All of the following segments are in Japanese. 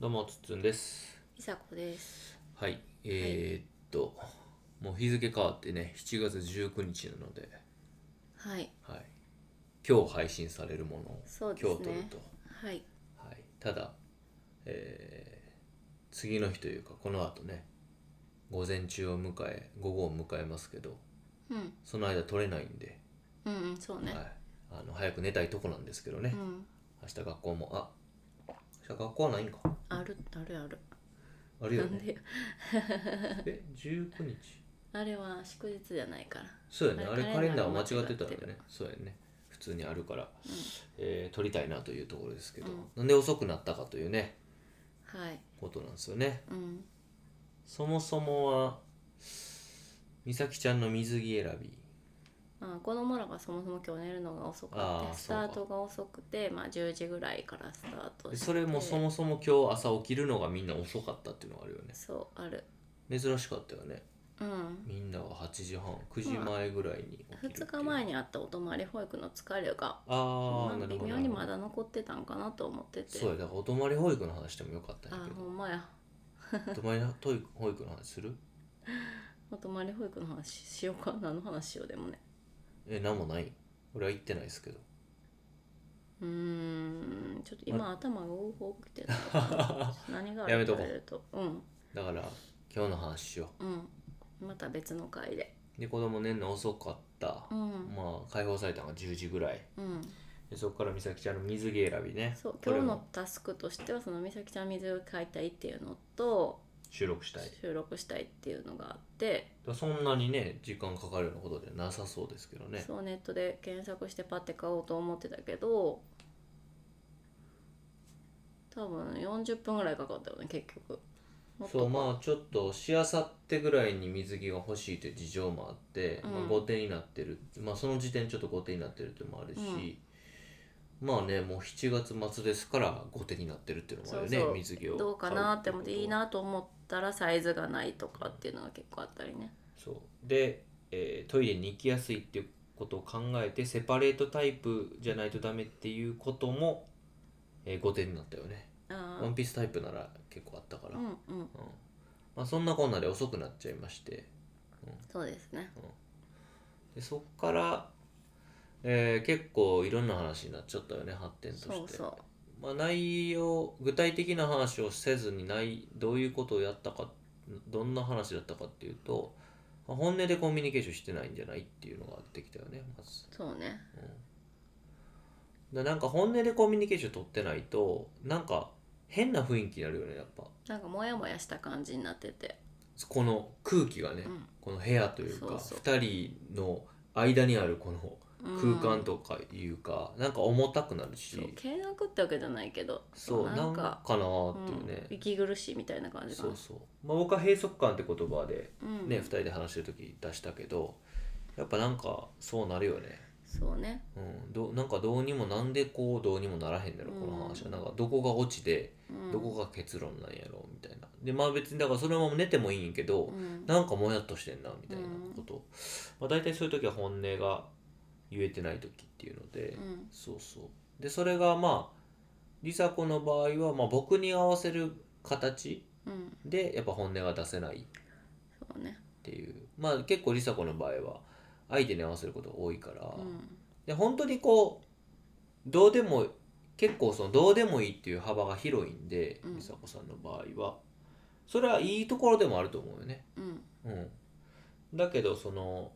どうもつっつんです。 いさこです。 はい、 はい。 もう日付変わってね、7月19日なので、 はい。 はい、今日配信されるものをそうで今すね。 日撮ると、 はい。 はい、ただ、次の日というか、この後ね、午前中を迎え、午後を迎えますけど、 うん。 その間撮れないんで、 うんうん、そうね。 はい、早く寝たいとこなんですけどね、 うん。 明日学校も、明日学校はないんか、 ある、あるある。 あるよね。 なんでよ。 19日。 あれは祝日じゃないから。 そうやね、 あれあれカレンダーがカレンダー間間違違ってたってる。 んでね、そうやね、普通にあるから、 うん。 撮りたいなというところですけど、 うん。 なんで遅くなったかというね、 はい。 ことなんですよね。 うん。 そもそもは、美咲ちゃんの水着選び、 まあ、子供らがそもそも今日寝るのが遅かって、スそうか。 タートが遅くて、まあ10時ぐらいからスタートしそれもそて、 もそも今日朝起きるのがみんな遅かったっていうのがあるよね。 そう、ある。 珍しかったよね。 うん。 みんなが8時半、9時まあ、 前ぐらいに起きる 2 っていう。 日前にあったお泊まり保育の疲れが、 ああ、 まあ、 なるほど、 微妙なるほど。 にまだ残ってたんかなと思ってて。 そうや、だからお泊まり保育の話でもよかったんやあ、 けど、 ほんまや。 お泊まり保育の話する？ お泊まり保育の話しようか。何の話しよう。でもね、 なんもない。俺は行ってないですけど。 ちょっとま今頭が動くてないかな。何があるってやめとこ言われると、 だから今日の話しよまた別の回で。 う。で子供寝んの遅かった。 うんまあ解放されたのが10時ぐらいうん。 で、そこから美咲ちゃんの水着選びね、 そう、 これも今日のタスクとしてはその美咲ちゃん水を買いたいっていうのと収録したい。 収録したいっていうのがあって、 そんなにね時間かかるようなことではなさそうですけどね。 そうネットで検索してパッて買おうと思ってたけど、多分40分ぐらいかかったよね結局。もっそう、 とか。 まあちょっとしあさってぐらいに水着が欲しいという事情もあって、まあ、後手になってる、まあその時点ちょっと後手になってるっていうのもあるし、まあね、もう7月末ですから後手になってるっていうのもあるよね、 そうそう、 水着をどうか買うっなって思っていいていうことは。 なと思ったらサイズがないとかっていうのが結構あったりね。 そうで、トイレに行きやすいっていうことを考えてセパレートタイプじゃないとダメっていうことも、後手になったよね。ワンあピースタイプなら結構あったから、 あ、 まあ、そんなこんなで遅くなっちゃいまして、 そうですね。 でそっから、結構いろんな話になっちゃったよね、発展として。 そうそまあ、内容具体的な話をせずにどういうことをやったか、どんな話だったかっていうと、まあ本音でコミュニケーションしてないんじゃないっていうのが出てきたよね、まず。 うそうね。 なんか本音でコミュニケーション取ってないとなんか変な雰囲気になるよね、やっぱ。 なんかモヤモヤした感じになってて。 この空気がね、この部屋というかそうそう。 2人の間にあるこの空間とかいうか、なんか重たくなるそうし、 険悪ってわけじゃないけど、そうそうなんなんか、 かなーっていうね。 息苦しいみたいな感じかな。 そうそう、まあ、僕は閉塞感って言葉でね、2人で話してる時出したけど、やっぱなんかそうなるよね。 そうね。 なんかどうにも、なんでこうどうにもならへんだろ、この話は。なんかどこがオチで、どこが結論なんやろみたいな。でまあ別にだからそのまま寝てもいいんやけど、なんかもやっとしてんなみたいなこと、まあ、大体そういう時は本音が言えてない時っていうので、そうそうで、それがまあ梨紗子の場合は、まあ、僕に合わせる形でやっぱ本音が出せないっそうね。 ていう。まあ結構梨紗子の場合は相手に合わせることが多いから、で本当にこうどうでも、結構そのどうでもいいっていう幅が広いんで、梨紗子さんの場合はそれはいいところでもあると思うよね。だけどその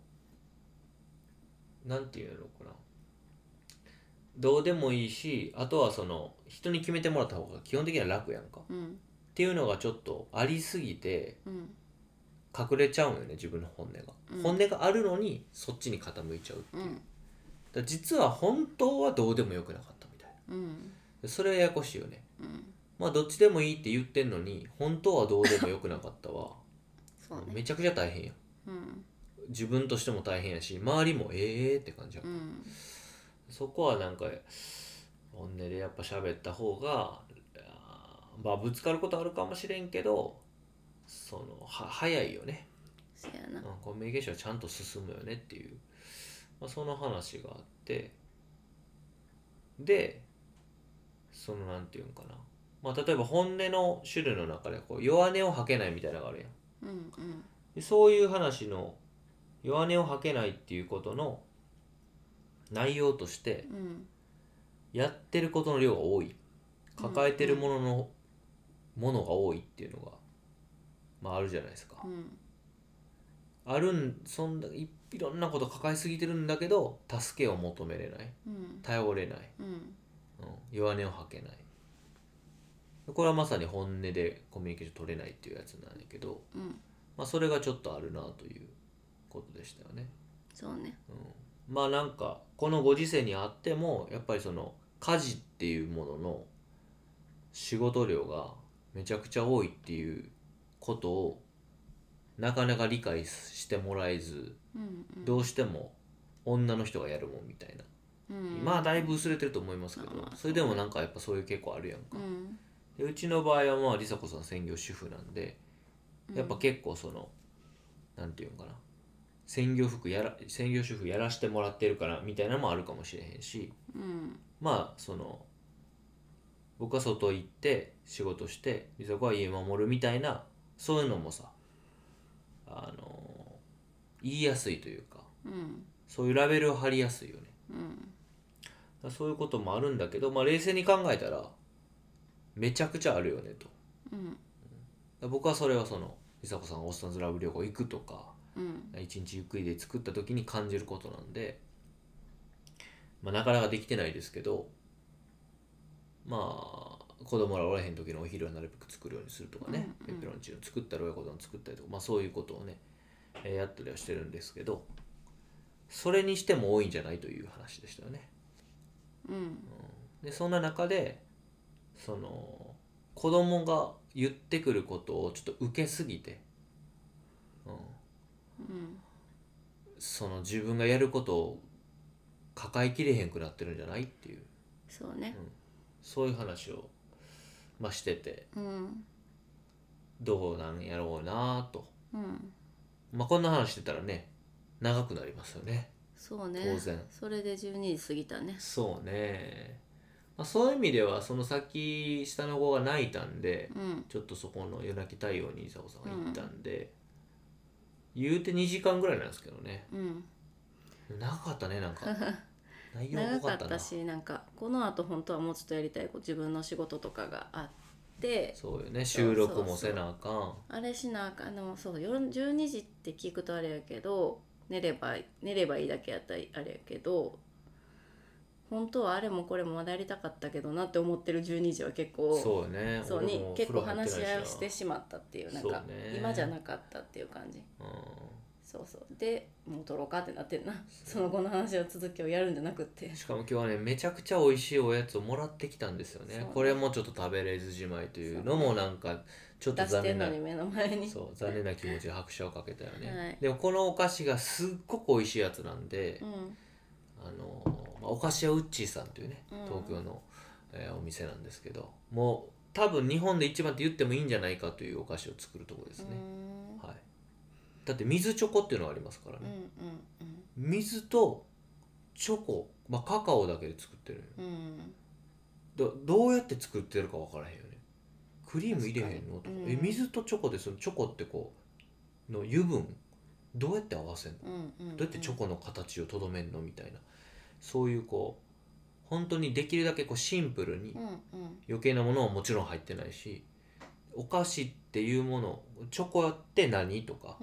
なんていうのかな、どうでもいいし、あとはその人に決めてもらった方が基本的には楽やんか、っていうのがちょっとありすぎて隠れちゃうんよね、自分の本音が、本音があるのにそっちに傾いちゃうっていう、だから実は本当はどうでもよくなかったみたいな、それはややこしいよね。まあどっちでもいいって言ってんのに本当はどうでもよくなかったわそうね。 めちゃくちゃ大変やん。自分としても大変やし、周りもって感じやんか、そこはなんか本音でやっぱ喋った方が、まあぶつかることあるかもしれんけど、その早いよね、 せやな。 コミュニケーションはちゃんと進むよねっていう、まあ、その話があって、でそのなんていうんかな、 例えば本音の種類の中でこう弱音を吐けないみたいなのがあるやん。 うんうんでそういう話の弱音を吐けないっていうことの内容としてうんやってることの量が多い、抱えてるものが多いっていうのが、あるじゃないですか。 うんいろんなこと抱えすぎてるんだけど助けを求めれない、 うん頼れない、 うん弱音を吐けない。これはまさに本音でコミュニケーション取れないっていうやつなんだけど、 うんそれがちょっとあるなということでしたよね。 そうね。 なんかこのご時世にあってもやっぱりその家事っていうものの仕事量がめちゃくちゃ多いっていうことをなかなか理解してもらえず、どうしても女の人がやるもんみたいな、だいぶ薄れてると思いますけど、それでもなんかやっぱそういう傾向あるやんか。でうちの場合は梨紗子さん専業主婦なんで、やっぱ結構そのなんていうのかな、専業主婦やらしてもらってるからみたいなのもあるかもしれへんし、その僕は外行って仕事して梨紗子は家守るみたいな、そういうのもさ、言いやすいというか、そういうラベルを貼りやすいよね。そういうこともあるんだけど、冷静に考えたらめちゃくちゃあるよねと。僕はそれはその梨紗子さんがおっさんずラブ旅行行くとか、一日ゆっくりで作った時に感じることなんで、なかなかできてないですけど、子供らおらへん時のお昼はなるべく作るようにするとかね、ペペロンチーノ作ったり親子丼作ったりとか、そういうことをね、やったりはしてるんですけど、それにしても多いんじゃないという話でしたよね。でそんな中でその子供が言ってくることをちょっと受けすぎて、その自分がやることを抱えきれへんくなってるんじゃないっていう、 そうね。 そういう話を、してて、どうなんやろうなと、こんな話してたらね長くなりますよね。 そうね。 当然それで12時過ぎたね。 そうね、そういう意味ではその先下の子が泣いたんで、ちょっとそこの夜泣き対応に梨紗子さんが行ったんで、言うて2時間ぐらいなんですけどね、長かったね。なんか内容長濃かったな。 かったし、なんかこの後本当はもうちょっとやりたいこと、自分の仕事とかがあって、 そうよね、収録もせなあかん。 あれしなあかん。でもそう12時って聞くとあれやけど、寝ればいいだけやったらあれやけど、本当はあれもこれもまだやりたかったけどなって思ってる12時は結構、 そうよね、 そうに俺も結構風呂入ってない話し合いをしてしまったっていう、なんかそうね今じゃなかったっていう感じ。そうでもう撮ろうかってなってんな。その後の話の続きをやるんじゃなくって、 しかも今日はねめちゃくちゃ美味しいおやつをもらってきたんですよね。 そうねこれもちょっと食べれずじまいというのもなんかちょっと出してん残念な、 のに目の前に。 そう残念な気持ちで拍手をかけたよね、 はいでもこのお菓子がすっごく美味しいやつなんで、お菓子屋ウッチーさんというね東京の、お店なんですけど、もう多分日本で一番って言ってもいいんじゃないかというお菓子を作るところですね。はい、だって水チョコっていうのがありますからね、水とチョコ、カカオだけで作ってるよ、どうやって作ってるか分からへんよね。クリーム入れへんのとか、水とチョコでそのチョコってこうの油分どうやって合わせんの、どうやってチョコの形をとどめんのみたいな、そういうこう本当にできるだけこうシンプルに、余計なものはもちろん入ってないし、お菓子っていうもの、チョコって何とか、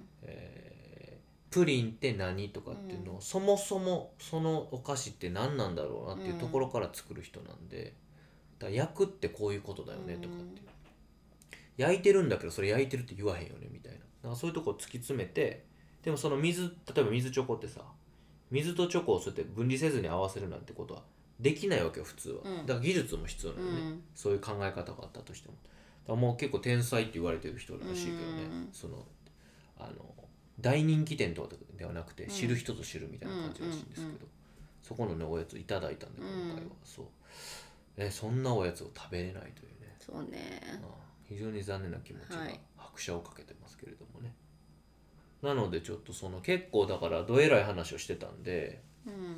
プリンって何とかっていうのを、そもそもそのお菓子って何なんだろうなっていうところから作る人なんで、だから焼くってこういうことだよねとかって、焼いてるんだけどそれ焼いてるって言わへんよねみたいな、だからそういうとこを突き詰めて、でもその例えば水チョコってさ、水とチョコをそうやって分離せずに合わせるなんてことはできないわけよ普通は、だから技術も必要なのね、そういう考え方があったとしても。だからもう結構天才って言われてる人らしいけどね、その大人気店とかではなくて知る人ぞ知るみたいな感じらしいんですけど、そこのねおやついただいたんで今回は、そうそんなおやつを食べれないというね、 そうね、 非常に残念な気持ちがはい拍車をかけてますけれどもね、なのでちょっとその結構だからどえらい話をしてたんで、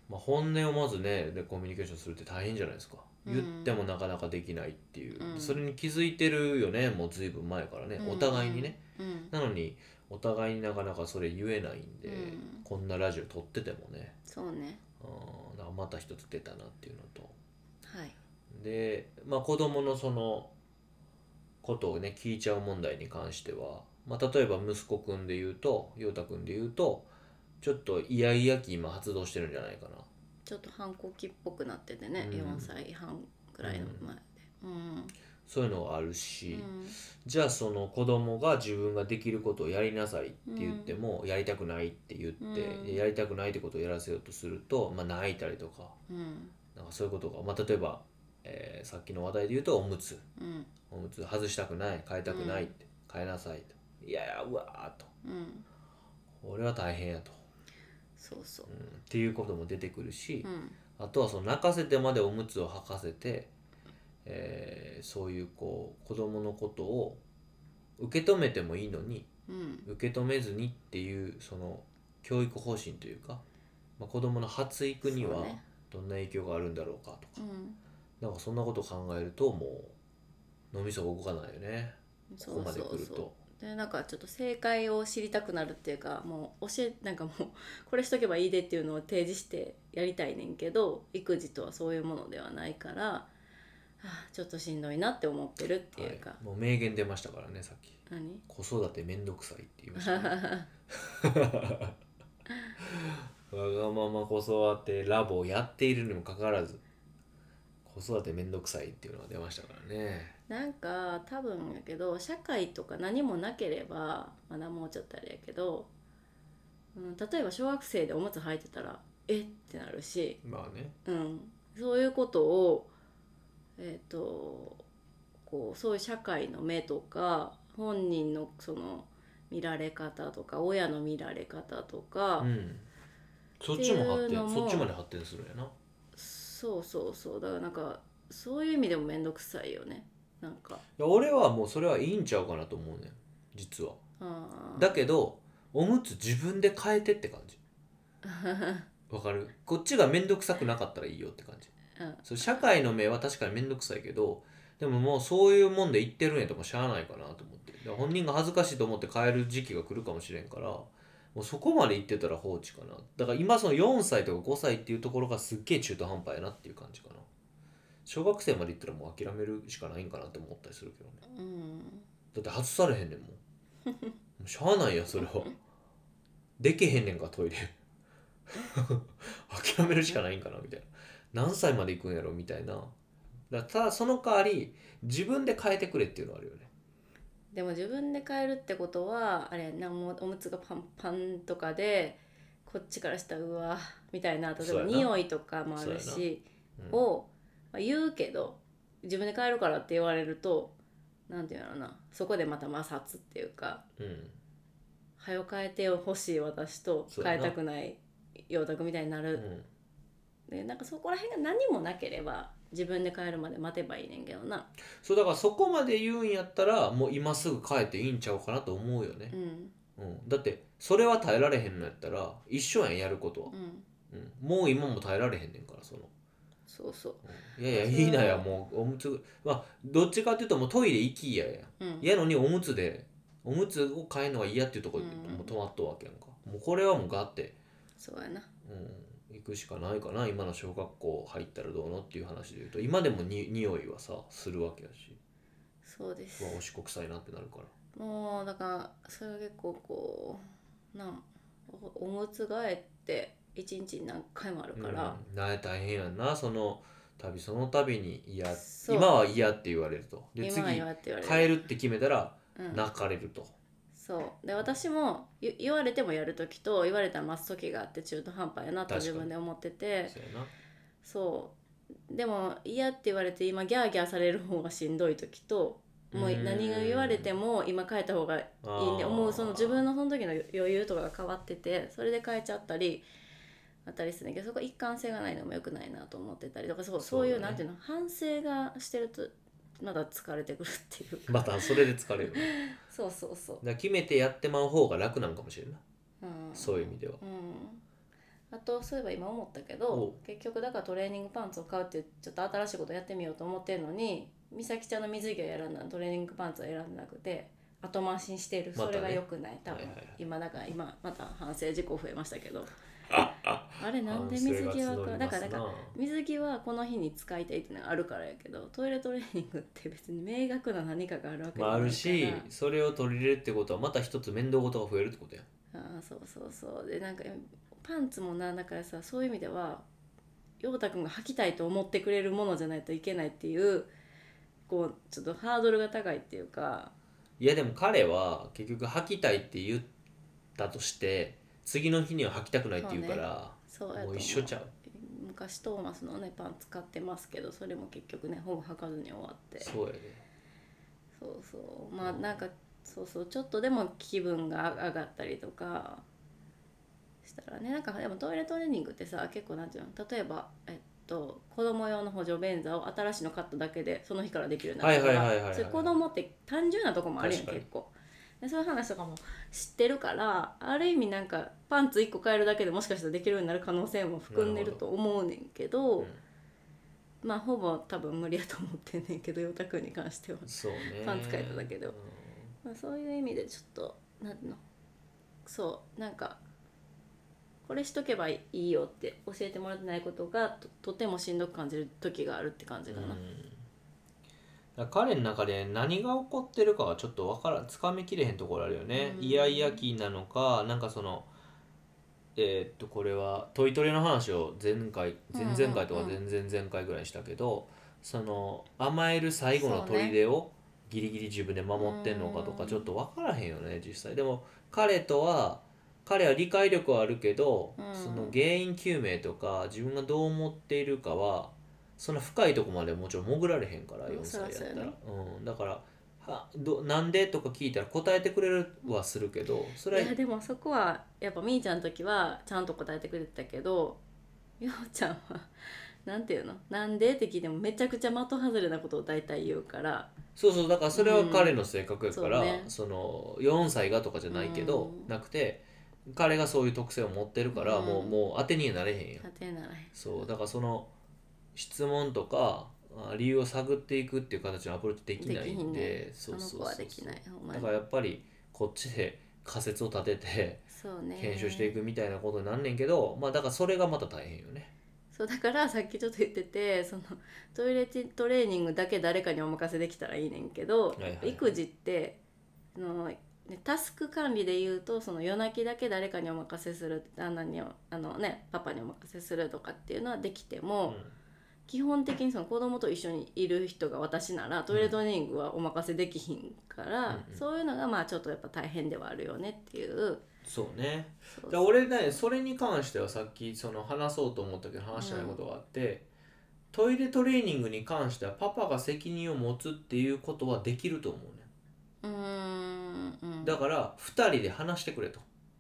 本音をまずねでコミュニケーションするって大変じゃないですか。言ってもなかなかできないっていう、それに気づいてるよね、もうずいぶん前からね、お互いにね、なのにお互いになかなかそれ言えないんで、こんなラジオ撮っててもね、 そうね、 だからまた一つ出たなっていうのと、 はい、 で子供のそのことをね聞いちゃう問題に関しては、例えば息子くんで言うと陽太くんで言うとちょっとイヤイヤ期今発動してるんじゃないかな。 ちょっと反抗期っぽくなっててね、4歳半くらいの前で、 そういうのがあるし、じゃあその子供が自分ができることをやりなさいって言っても、やりたくないって言って、やりたくないってことをやらせようとすると、泣いたりとか、なんかそういうことが、例えば、さっきの話題で言うとおむつ、おむつ外したくない、変えたくないって、変えなさいと、いやいやうわーっと、俺は大変やと、 そうそう、 っていうことも出てくるし、あとはその泣かせてまでおむつを履かせて、そういう子供のことを受け止めてもいいのに、受け止めずにっていうその教育方針というか、子供の発育にはどんな影響があるんだろうかとか、なんかそんなことを考えるともう脳みそが動かないよね、ここまで来ると。 でなんかちょっと正解を知りたくなるっていうか、もうなんかもうこれしとけばいいでっていうのを提示してやりたいねんけど、育児とはそういうものではないから、ちょっとしんどいなって思ってるっていうか、 もう名言出ましたからね、さっき。 何？ 子育てめんどくさいって言いましたね。わがまま子育てラボをやっているにもかかわらず子育てめんどくさいっていうのが出ましたからね。 なんか多分やけど、社会とか何もなければまだもうちょっとあれやけど、例えば小学生でおむつ履いてたらえってなるし、そういうことをこうそういう社会の目とか本人のその見られ方とか親の見られ方とか、 そっちも発展、そっちまで発展するんやな。 そうそうそう、だからなんかそういう意味でもめんどくさいよね。なんか俺はもうそれはいいんちゃうかなと思うねん実は。だけどおむつ自分で変えてって感じ。わかる？こっちがめんどくさくなかったらいいよって感じ。そう社会の目は確かにめんどくさいけど、でももうそういうもんで言ってるんやともしゃあないかなと思って、だから本人が恥ずかしいと思って変える時期が来るかもしれんから、もうそこまで言ってたら放置かな。だから今その4歳とか5歳っていうところがすっげえ中途半端やなっていう感じかな。小学生まで行ったらもう諦めるしかないんかなって思ったりするけどね、だって外されへんねんもん。もうしゃあないやそれは。でけへんねんかトイレ。諦めるしかないんかなみたいな。何歳まで行くんやろみたいな。ただその代わり自分で変えてくれっていうのはあるよね。 でも自分で変えるってことはあれな、もうおむつがパンパンとかでこっちからしたらうわみたいな、例えば匂いとかもあるし、を言うけど自分で変えるからって言われるとなんていうのな、そこでまた摩擦っていうか、はよ変えてほしい私と変えたくない陽太みたいになる、でなんかそこら辺が何もなければ自分で変えるまで待てばいいねんけどな。 そうだからそこまで言うんやったらもう今すぐ変えていいんちゃうかなと思うよね。だってそれは耐えられへんのやったら一緒やんやることは、もう今も耐えられへんねんからそうそう、 いやいやいいなやもうおむつどっちかっていうともうトイレ行きややのにおむつを変えるのが嫌っていうところでもう止まっとるわけやんか。もうこれはもうガッてそうやな、 行くしかないかな。今の小学校入ったらどうのっていう話でいうと今でも匂いはさするわけやし、 そうです。 おしっこ臭いなってなるから、 もうだからそれは結構こうおむつ替えって一日に何回もあるから、 大変やんな。その度に今は嫌って言われると、で次変えるって決めたら泣かれると、 そうで私も言われてもやる時と言われたら待つ時があって中途半端やなと自分で思ってて、そうでも嫌って言われて今ギャーギャーされる方がしんどい時と、もう何が言われても今変えた方がいいんで思う、その自分のその時の余裕とかが変わってて、それで変えちゃったりするんだけど、そこ一貫性がないのも良くないなと思ってたりとか、そういうなんていうの、反省がしてるとまだ疲れてくるっていうか、 またそれで疲れるね。 そうだから決めてやってまう方が楽なんかもしれんない、そういう意味では。 あとそういえば今思ったけど、結局だからトレーニングパンツを買うってちょっと新しいことやってみようと思ってるのに、美咲ちゃんの水着を選んだトレーニングパンツを選んでなくて後回しにしてる、それが良くない、多分、今だから今また反省事項増えましたけどあれなんで水着はだから水着はこの日に使いたいっていうのがあるからやけど、トイレトレーニングって別に明確な何かがあるわけじゃないから、 あるし、それを取り入れるってことはまた一つ面倒事が増えるってことや。 そうでなんかパンツもな、だからさ、そういう意味では陽太くんが履きたいと思ってくれるものじゃないといけないっていう、こうちょっとハードルが高いっていうか。 いやでも彼は結局履きたいって言ったとして次の日には履きたくないって言うから、 そうね、 もう一緒ちゃう。 昔トーマスのねパンツ買ってますけど、それも結局ねほぼ履かずに終わって。 そうやね。 そうまあなんかそうちょっとでも気分が上がったりとかしたらね、なんかでもトイレトレーニングってさ、結構なんていうの、例えば子供用の補助便座を新しいの買っただけでその日からできるようになったから、それ子供って単純なとこもあるやん結構で、そういう話とかも知ってるから、ある意味なんかパンツ1個変えるだけでもしかしたらできるようになる可能性も含んでると思うねんけど、まあほぼ多分無理やと思ってんねんけど、陽太くんに関してはそうね、 パンツ変えただけで、まあ、そういう意味でちょっとなんていうの、そうなんかこれしとけばいいよって教えてもらってないことが とてもしんどく感じる時があるって感じかな。 だから彼の中で何が起こってるかはちょっとつかみきれへんところあるよね。イヤイヤ期なのか、なんかそのこれはトイトレの話を前々回とか前々前回ぐらいにしたけど、その甘える最後の砦をギリギリ自分で守ってんのかとかちょっと分からへんよね実際。でも彼は理解力はあるけど、その原因究明とか自分がどう思っているかはそんな深いとこまでもちろん潜られへんから、4歳やったら、だからなんでとか聞いたら答えてくれるはするけど、それはいやでもそこはやっぱみーちゃんの時はちゃんと答えてくれてたけど、ようちゃんはなんていうの、なんでって聞いてもめちゃくちゃ的外れなことを大体言うから。 そうだからそれは彼の性格やから、その4歳がとかじゃないけど、なくて彼がそういう特性を持ってるから、もう当てにはなれへんやん。 当てならへん。 そうだからその質問とか理由を探っていくっていう形のアプローチできないんで、 その子はできない。 だからやっぱりこっちで仮説を立てて検証していくみたいなことになんねんけど、まあだからそれがまた大変よね。 そうだからさっきちょっと言ってて、そのトイレトレーニングだけ誰かにお任せできたらいいねんけど、育児ってタスク管理で言うと、その夜泣きだけ誰かにお任せする、旦那にパパにお任せするとかっていうのはできても、基本的にその子供と一緒にいる人が私ならトイレトレーニングはお任せできひんから、そういうのがまあちょっとやっぱ大変ではあるよねっていう。 そうね。俺ね、それに関してはさっきその話そうと思ったけど話してないことがあって、トイレトレーニングに関してはパパが責任を持つっていうことはできると思うね。だから2人で話してくれと。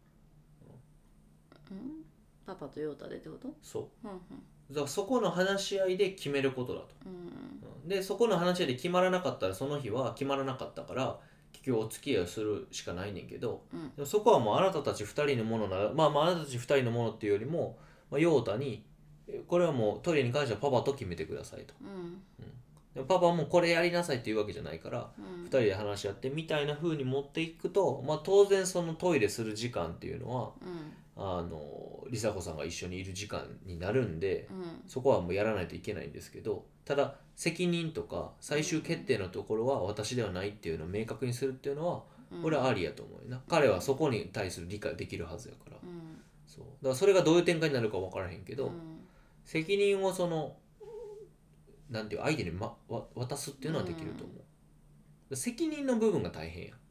パパとヨータでってこと？ そう。だからそこの話し合いで決めることだと。でそこの話し合いで決まらなかったらその日は決まらなかったから。結局お付き合いをするしかないねんけど、でもそこはもうあなたたち2人のものなら、まああなたたち2人のものっていうよりも、陽太にこれはもうトイレに関してはパパと決めてくださいと、でもパパもこれやりなさいっていうわけじゃないから、2人で話し合ってみたいな風に持っていくと、当然そのトイレする時間っていうのは、梨紗子さんが一緒にいる時間になるんで、そこはもうやらないといけないんですけど、ただ責任とか最終決定のところは私ではないっていうのを明確にするっていうのは、俺はありやと思うよな。彼はそこに対する理解できるはずやから、そうだからそれがどういう展開になるか分からへんけど、責任をそのなんていう相手に、渡すっていうのはできると思う。責任の部分が大変や。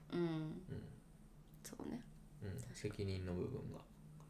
そうね。 責任の部分が。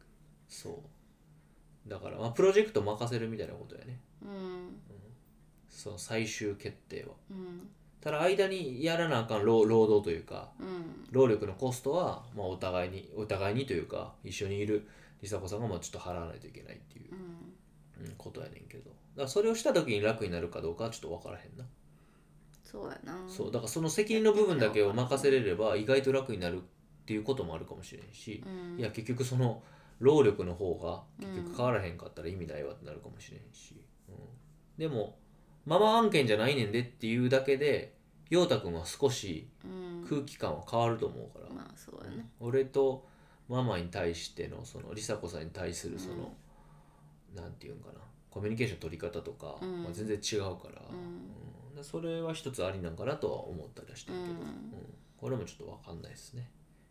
そうだからプロジェクト任せるみたいなことやね。その最終決定は。ただ間にやらなあかん労働というか、労力のコストは、お互いにというか一緒にいる梨紗子さんがちょっと払わないといけないっていう、ことやねんけど、だからそれをした時に楽になるかどうかはちょっと分からへんな。 そうやな。 そうだからその責任の部分だけを任せれれば意外と楽になるっていうこともあるかもしれんし、いや結局その労力の方が結局変わらへんかったら意味ないわってなるかもしれんし、でもママ案件じゃないねんでっていうだけで陽太くんは少し空気感は変わると思うから、 まあそうやね、 俺とママに対してのその梨紗子さんに対するその、なんていうんかな、コミュニケーション取り方とか、全然違うから、それは一つありなんかなとは思ったりはしてるけど、これもちょっと分かんないですね、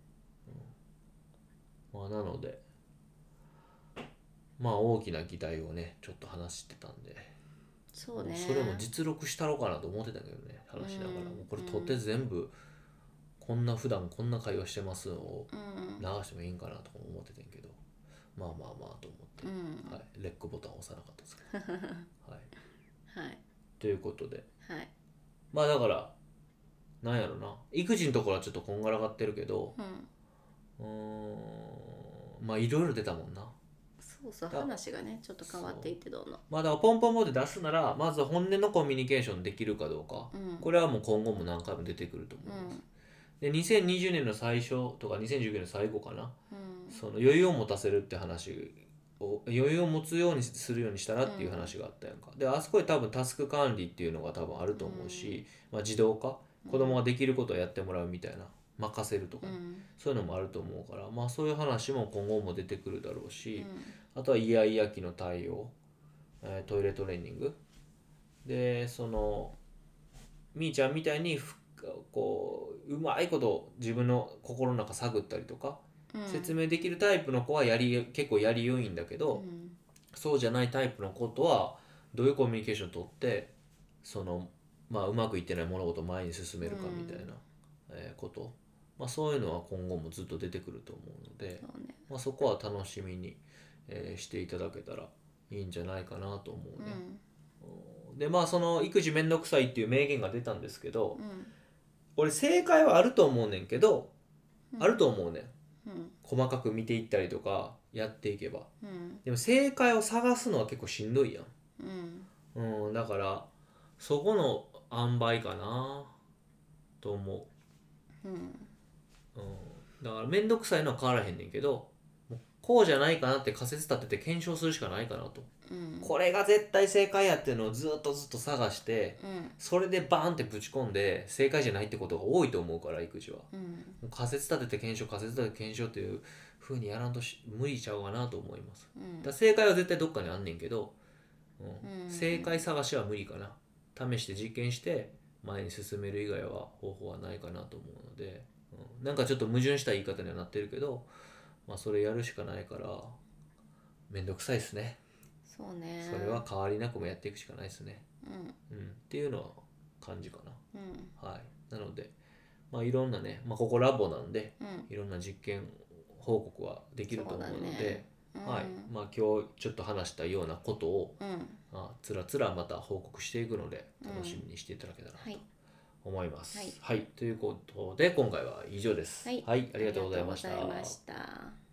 まあなのでまあ大きな議題をねちょっと話してたんで、 そうね、 それも実録したろうかなと思ってたけどね、話しながら、もうこれ撮って全部こんな普段こんな会話してますのを流してもいいんかなとか思ってたんやけど、まあまあまあと思って、はい、レックボタン押さなかったですけどはい、はい、ということで、はい、まあだからなんやろな、育児のところはちょっとこんがらがってるけど、まあいろいろ出たもんな。 そうそう、話がねちょっと変わっていってどうの、 まあだからポンポンポンで出すならまず本音のコミュニケーションできるかどうか、これはもう今後も何回も出てくると思います、で2020年の最初とか2019年の最後かな、その余裕を持たせるって話を、余裕を持つようにするようにしたらっていう話があったやんか。であそこで多分タスク管理っていうのが多分あると思うし、まあ、自動化、子供ができることをやってもらうみたいな、任せるとか、そういうのもあると思うから、まあそういう話も今後も出てくるだろうし、あとはイヤイヤ期の対応、トイレトレーニングで、そのみーちゃんみたいにこうまいこと自分の心の中探ったりとか、説明できるタイプの子は結構やりよいんだけど、そうじゃないタイプの子とはどういうコミュニケーションをとってその、まあ、うまくいってない物事を前に進めるかみたいな、こと、まあ、そういうのは今後もずっと出てくると思うので、まあ、そこは楽しみに、していただけたらいいんじゃないかなと思うね、でまあその育児めんどくさいっていう名言が出たんですけど、俺正解はあると思うねんけど、あると思うねん、細かく見ていったりとかやっていけば、でも正解を探すのは結構しんどいやん、だからそこの塩梅かなと思う、だからめんどくさいのは変わらへんねんけど、こうじゃないかなって仮説立てて検証するしかないかなと、これが絶対正解やっていうのをずっと探して、それでバーンってぶち込んで正解じゃないってことが多いと思うから、育児は、仮説立てて検証仮説立てて検証っていう風にやらんと無理ちゃうかなと思います、だから正解は絶対どっかにあんねんけど、正解探しは無理かな、試して実験して前に進める以外は方法はないかなと思うので、なんかちょっと矛盾した言い方にはなってるけど、まあそれやるしかないからめんどくさいですね。 そうね、 それは変わりなくもやっていくしかないですね、っていうのは感じかな、はい。なのでまあいろんなね、まあ、ここラボなんで、いろんな実験報告はできると思うので、はい、まあ今日ちょっと話したようなことを、つらつらまた報告していくので楽しみにしていただけたらと思います、はい、ということで今回は以上です。はい、ありがとうございました。